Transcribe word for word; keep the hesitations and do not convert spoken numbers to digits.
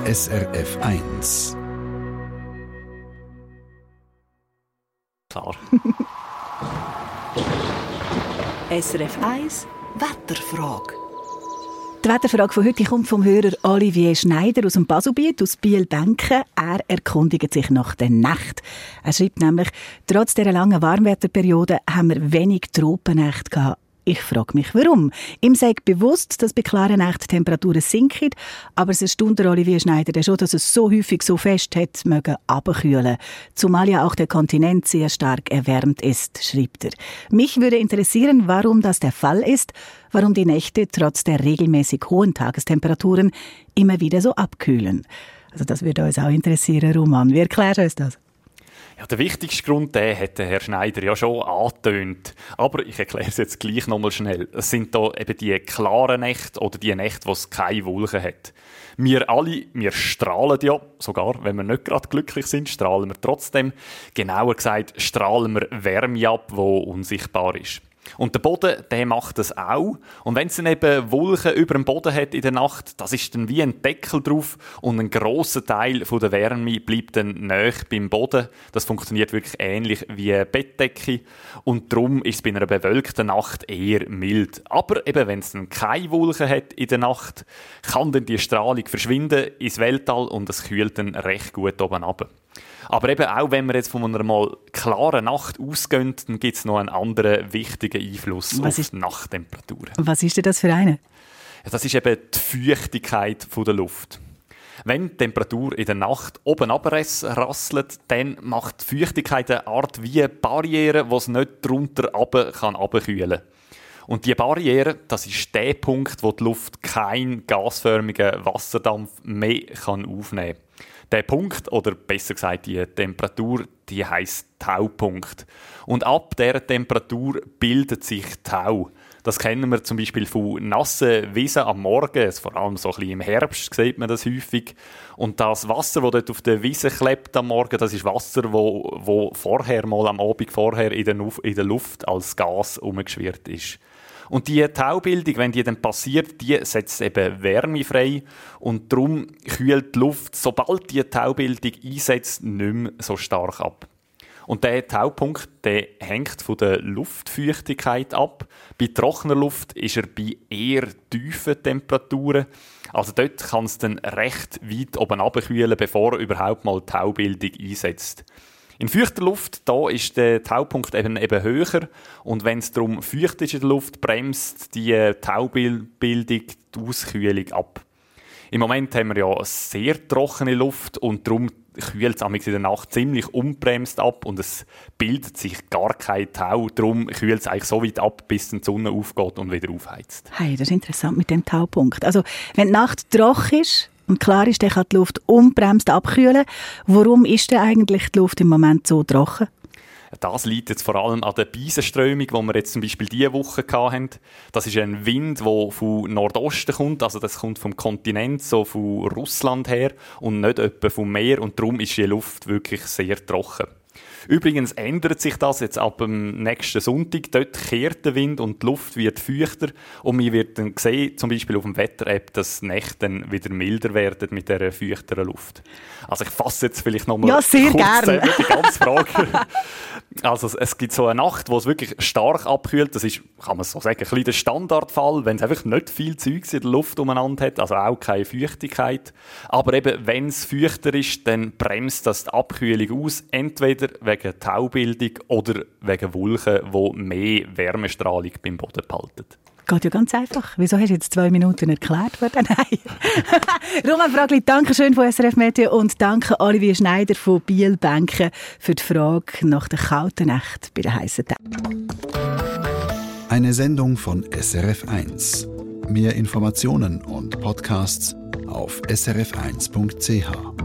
S R F eins. Klar. S R F eins Wetterfrage. Die Wetterfrage von heute kommt vom Hörer Olivier Schneider aus dem Baselbiet, aus Biel-Benken. Er erkundigt sich nach der Nacht. Er schreibt nämlich, trotz dieser langen Warmwetterperiode haben wir wenig Tropennächte gehabt. Ich frage mich, warum. Ihm sei bewusst, dass bei klaren Nächten die Temperaturen sinken, aber es erstaunt der Olivier Schneider schon, dass es so häufig so fest hat mögen runterkühlen. Zumal ja auch der Kontinent sehr stark erwärmt ist, schreibt er. Mich würde interessieren, warum das der Fall ist, warum die Nächte trotz der regelmäßig hohen Tagestemperaturen immer wieder so abkühlen. Also das würde uns auch interessieren, Roman. Wie erklärst du uns das? Ja, der wichtigste Grund, den hat der Herr Schneider ja schon angetönt. Aber ich erkläre es jetzt gleich nochmal schnell. Es sind da eben die klaren Nächte oder die Nächte, wo es keine Wolken hat. Wir alle, wir strahlen ja, sogar wenn wir nicht gerade glücklich sind, strahlen wir trotzdem. Genauer gesagt, strahlen wir Wärme ab, die unsichtbar ist. Und der Boden, der macht das auch. Und wenn es dann eben Wolken über dem Boden hat in der Nacht, das ist dann wie ein Deckel drauf und ein grosser Teil von der Wärme bleibt dann nahe beim Boden. Das funktioniert wirklich ähnlich wie eine Bettdecke und darum ist es bei einer bewölkten Nacht eher mild. Aber eben, wenn es dann keine Wolken hat in der Nacht, kann dann die Strahlung verschwinden ins Weltall und es kühlt dann recht gut oben runter. Aber eben auch wenn wir jetzt von einer mal klaren Nacht ausgehen, dann gibt es noch einen anderen wichtigen Einfluss Was auf ist, die Nachttemperaturen. Was ist denn das für eine? Ja, das ist eben die Feuchtigkeit der Luft. Wenn die Temperatur in der Nacht oben runterrasselt, dann macht die Feuchtigkeit eine Art wie eine Barriere, die es nicht drunter runter kann runterkühlen kann. Und diese Barriere, das ist der Punkt, wo die Luft keinen gasförmigen Wasserdampf mehr kann aufnehmen kann. Der Punkt, oder besser gesagt die Temperatur, die heisst Taupunkt. Und ab dieser Temperatur bildet sich Tau. Das kennen wir zum Beispiel von nassen Wiesen am Morgen, vor allem so ein bisschen im Herbst sieht man das häufig. Und das Wasser, das dort auf der Wiese klebt am Morgen, das ist Wasser, das wo, wo vorher mal am Abend vorher in der, in der Luft als Gas herumgeschwirrt ist. Und die Taubildung, wenn die dann passiert, die setzt eben Wärme frei und darum kühlt die Luft, sobald die Taubildung einsetzt, nicht mehr so stark ab. Und der Taupunkt, der hängt von der Luftfeuchtigkeit ab. Bei trockener Luft ist er bei eher tiefen Temperaturen. Also dort kann es dann recht weit oben runterkühlen, bevor überhaupt mal die Taubildung einsetzt. In feuchter Luft, da ist der Taupunkt eben, eben höher und wenn es darum feucht ist in der Luft, bremst die Taubildung die Auskühlung ab. Im Moment haben wir ja eine sehr trockene Luft und darum kühlt es in der Nacht ziemlich unbremst ab und es bildet sich gar kein Tau. Darum kühlt es eigentlich so weit ab, bis die Sonne aufgeht und wieder aufheizt. Hey, das ist interessant mit dem Taupunkt. Also, wenn die Nacht trocken ist und klar ist, dann kann die Luft unbremst abkühlen. Warum ist denn eigentlich die Luft im Moment so trocken? Das liegt jetzt vor allem an der Beisenströmung, die wir jetzt zum Beispiel diese Woche hatten. Das ist ein Wind, der von Nordosten kommt, also das kommt vom Kontinent, so von Russland her und nicht etwa vom Meer und darum ist die Luft wirklich sehr trocken. Übrigens ändert sich das jetzt ab dem nächsten Sonntag. Dort kehrt der Wind und die Luft wird feuchter. Und man wird dann sehen, zum Beispiel auf dem Wetter-App, dass die Nächte dann wieder milder werden mit dieser feuchteren Luft. Also ich fasse jetzt vielleicht nochmal ja, sehr kurz gerne. zusammen die ganze Frage. Also es gibt so eine Nacht, wo es wirklich stark abkühlt. Das ist, kann man so sagen, ein bisschen der Standardfall, wenn es einfach nicht viel Zeugs in der Luft umeinander hat, also auch keine Feuchtigkeit. Aber eben, wenn es feuchter ist, dann bremst das die Abkühlung aus, entweder wegen Taubildung oder wegen Wolken, die mehr Wärmestrahlung beim Boden behalten. Geht ja ganz einfach. Wieso hast du jetzt zwei Minuten erklärt? Nein. Roman Fragli, danke schön von S R F Meteo und danke Olivier Schneider von Biel-Benken für die Frage nach der kalten Nacht bei den heissen Tagen. Eine Sendung von S R F eins. Mehr Informationen und Podcasts auf s r f eins punkt c h.